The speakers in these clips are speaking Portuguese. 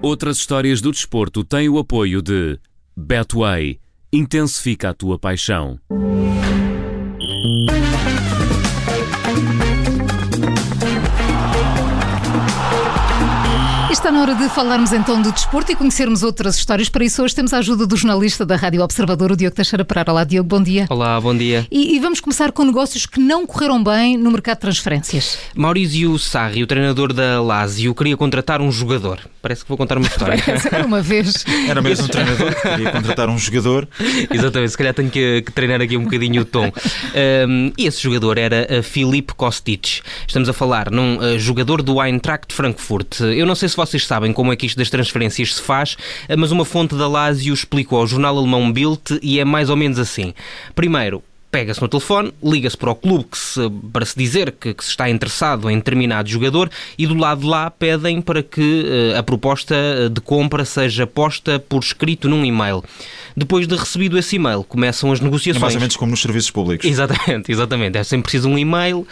Outras histórias do desporto têm o apoio de Betway. Intensifica a tua paixão. Está na hora de falarmos então do desporto e conhecermos outras histórias. Para isso hoje temos a ajuda do jornalista da Rádio Observador, o Diogo Teixeira Pereira. Olá, Diogo, bom dia. Olá, bom dia. E vamos começar com negócios que não correram bem no mercado de transferências. Maurizio Sarri, o treinador da Lazio, queria contratar um jogador. Parece que vou contar uma história. Uma vez. Era mesmo um treinador que queria contratar um jogador. Exatamente, se calhar tenho que treinar aqui um bocadinho o tom. E esse jogador era Filip Kostic. Estamos a falar num jogador do Eintracht Frankfurt. Eu não sei se vocês sabem como é que isto das transferências se faz, mas uma fonte da Lazio explicou ao jornal alemão Bild e é mais ou menos assim. Primeiro, pega-se no telefone, liga-se para o clube para se dizer que se está interessado em determinado jogador e do lado de lá pedem para que a proposta de compra seja posta por escrito num e-mail. Depois de recebido esse e-mail, começam as negociações. É mais ou menos como nos serviços públicos. Exatamente. É sempre preciso um e-mail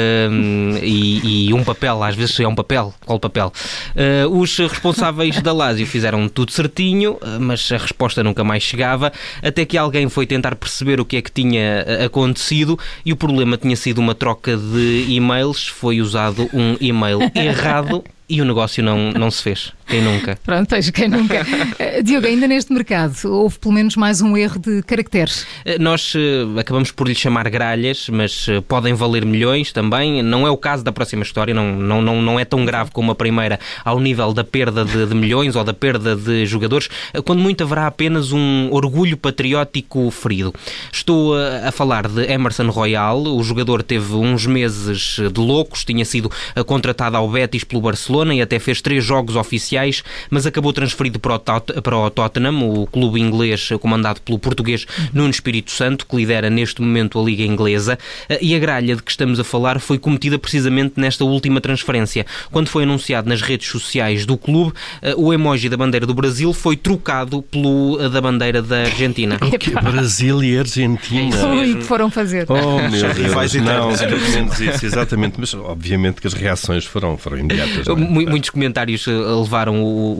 e um papel. Às vezes é um papel. Qual papel? Os responsáveis da Lazio fizeram tudo certinho, mas a resposta nunca mais chegava, até que alguém foi tentar perceber o que é que tinha acontecido e o problema tinha sido uma troca de e-mails. Foi usado um e-mail errado e o negócio não se fez. Quem nunca? Pronto, quem nunca. Diogo, ainda neste mercado houve pelo menos mais um erro de caracteres. Nós acabamos por lhe chamar gralhas, mas podem valer milhões também. Não é o caso da próxima história, não é tão grave como a primeira ao nível da perda de milhões ou da perda de jogadores, quando muito haverá apenas um orgulho patriótico ferido. Estou a falar de Emerson Royal. O jogador teve uns meses de loucos, tinha sido contratado ao Betis pelo Barcelona e até fez 3 jogos oficiais, mas acabou transferido para o Tottenham, o clube inglês comandado pelo português Nuno Espírito Santo, que lidera neste momento a Liga Inglesa, e a gralha de que estamos a falar foi cometida precisamente nesta última transferência. Quando foi anunciado nas redes sociais do clube, o emoji da bandeira do Brasil foi trocado pelo da bandeira da Argentina. O que? Brasil e Argentina? Foi o que foram fazer. Oh, meu Deus, não, isso, exatamente, mas obviamente que as reações foram imediatas. Muitos comentários levaram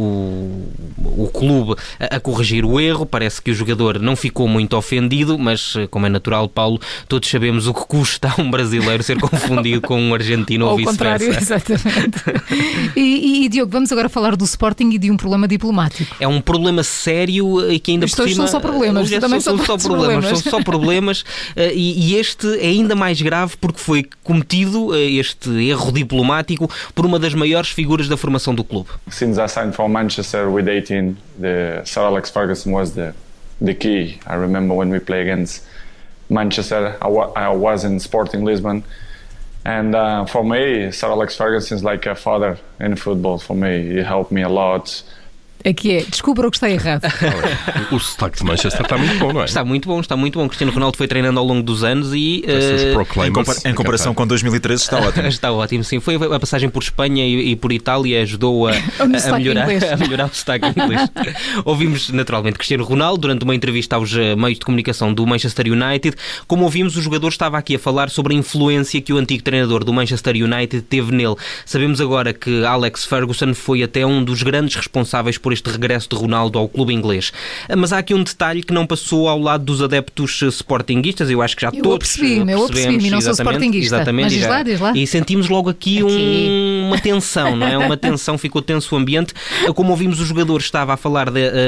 o clube a corrigir o erro. Parece que o jogador não ficou muito ofendido, mas como é natural, Paulo, todos sabemos o que custa a um brasileiro ser confundido com um argentino ou vice-versa. Exatamente. E Diogo, vamos agora falar do Sporting e de um problema diplomático. É um problema sério e que ainda por cima... São só problemas. São só problemas e este é ainda mais grave porque foi cometido este erro diplomático por uma das maiores figuras da formação do clube. Since I signed for Manchester with 18, the Sir Alex Ferguson was the key. I remember when we played against Manchester, I was in Sporting Lisbon, and for me, Sir Alex Ferguson is like a father in football. For me, he helped me a lot. Aqui descubra o que está errado. O sotaque de Manchester está muito bom, não é? Está muito bom. Cristiano Ronaldo foi treinando ao longo dos anos e... em comparação com 2013 está ótimo. Está ótimo, sim. Foi a passagem por Espanha e por Itália ajudou a melhorar o sotaque inglês. Ouvimos naturalmente Cristiano Ronaldo durante uma entrevista aos meios de comunicação do Manchester United. Como ouvimos, o jogador estava aqui a falar sobre a influência que o antigo treinador do Manchester United teve nele. Sabemos agora que Alex Ferguson foi até um dos grandes responsáveis por este regresso de Ronaldo ao clube inglês. Mas há aqui um detalhe que não passou ao lado dos adeptos sportinguistas. Eu acho que já todos percebemos, não sou sportinguista. Exatamente, mas diz lá. E sentimos logo aqui uma tensão, não é? Uma tensão, ficou tenso o ambiente. Como ouvimos, o jogador estava a falar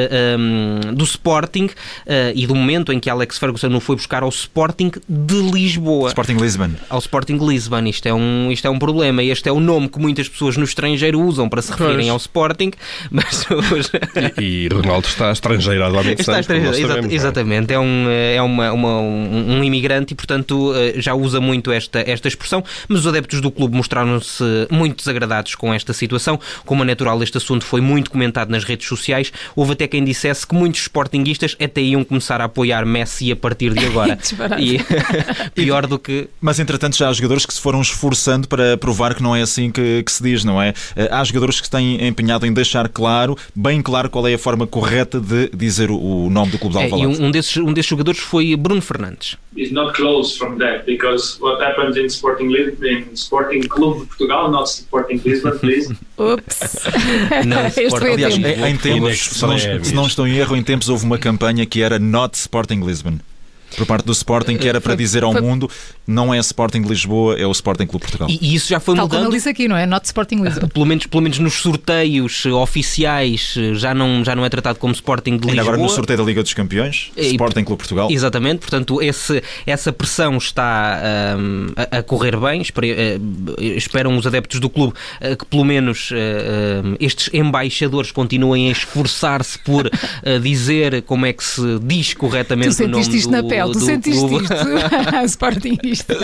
do Sporting e do momento em que Alex Ferguson o foi buscar ao Sporting de Lisboa. Sporting Lisbon. Ao Sporting Lisbon. Isto é um problema. Este é o nome que muitas pessoas no estrangeiro usam para se referirem ao Sporting, mas E Ronaldo está estrangeirado há muitos anos. Exatamente, é um imigrante e, portanto, já usa muito esta expressão, mas os adeptos do clube mostraram-se muito desagradados com esta situação. Como é natural, este assunto foi muito comentado nas redes sociais. Houve até quem dissesse que muitos sportinguistas até iam começar a apoiar Messi a partir de agora. E pior do que... Mas, entretanto, já há jogadores que se foram esforçando para provar que não é assim que se diz, não é? Há jogadores que se têm empenhado em deixar claro, bem claro qual é a forma correta de dizer o nome do clube de Alvalade. E um desses jogadores foi Bruno Fernandes. It's not close from that, because what happens in Sporting Clube de Portugal, not Sporting Lisbon, please. Ups. Aliás, em tempos, se não estou em erro, em tempos houve uma campanha que era Not Sporting Lisbon, por parte do Sporting, que era para dizer ao mundo: não é Sporting Lisboa, é o Sporting Clube Portugal. E isso já foi tal mudando. Como ele disse aqui, não é? Not Sporting Lisboa. Pelo menos nos sorteios oficiais já não é tratado como Sporting de Lisboa. E agora no sorteio da Liga dos Campeões, Sporting Clube Portugal. Exatamente, portanto essa pressão está a correr bem. Esperam os adeptos do clube que pelo menos estes embaixadores continuem a esforçar-se por dizer como é que se diz corretamente o nome do na pele. Tu sentiste clube. isto? Sportingista.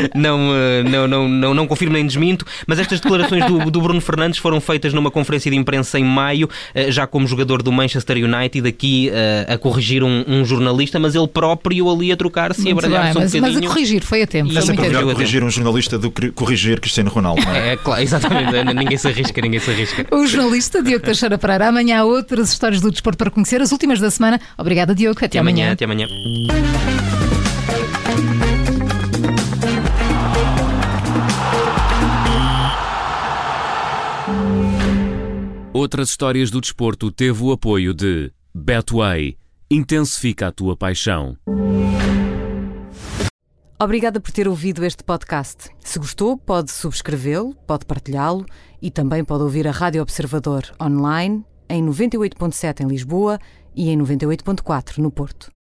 Não confirmo nem desminto, mas estas declarações do Bruno Fernandes foram feitas numa conferência de imprensa em maio, já como jogador do Manchester United, aqui a corrigir um jornalista, mas ele próprio ali a trocar-se e a baralhar-se um bocadinho. Mas a corrigir, foi a tempo. É sempre melhor corrigir um jornalista do que corrigir Cristiano Ronaldo, não é? É claro, exatamente. Ninguém se arrisca. O jornalista Diogo Teixeira Pereira. Amanhã há outras histórias do desporto para conhecer, as últimas da semana. Obrigada, Diogo. Até amanhã. Até amanhã. Outras histórias do desporto teve o apoio de Betway. Intensifica a tua paixão. Obrigada por ter ouvido este podcast. Se gostou, pode subscrevê-lo, pode partilhá-lo e também pode ouvir a Rádio Observador online em 98.7 em Lisboa e em 98.4 no Porto.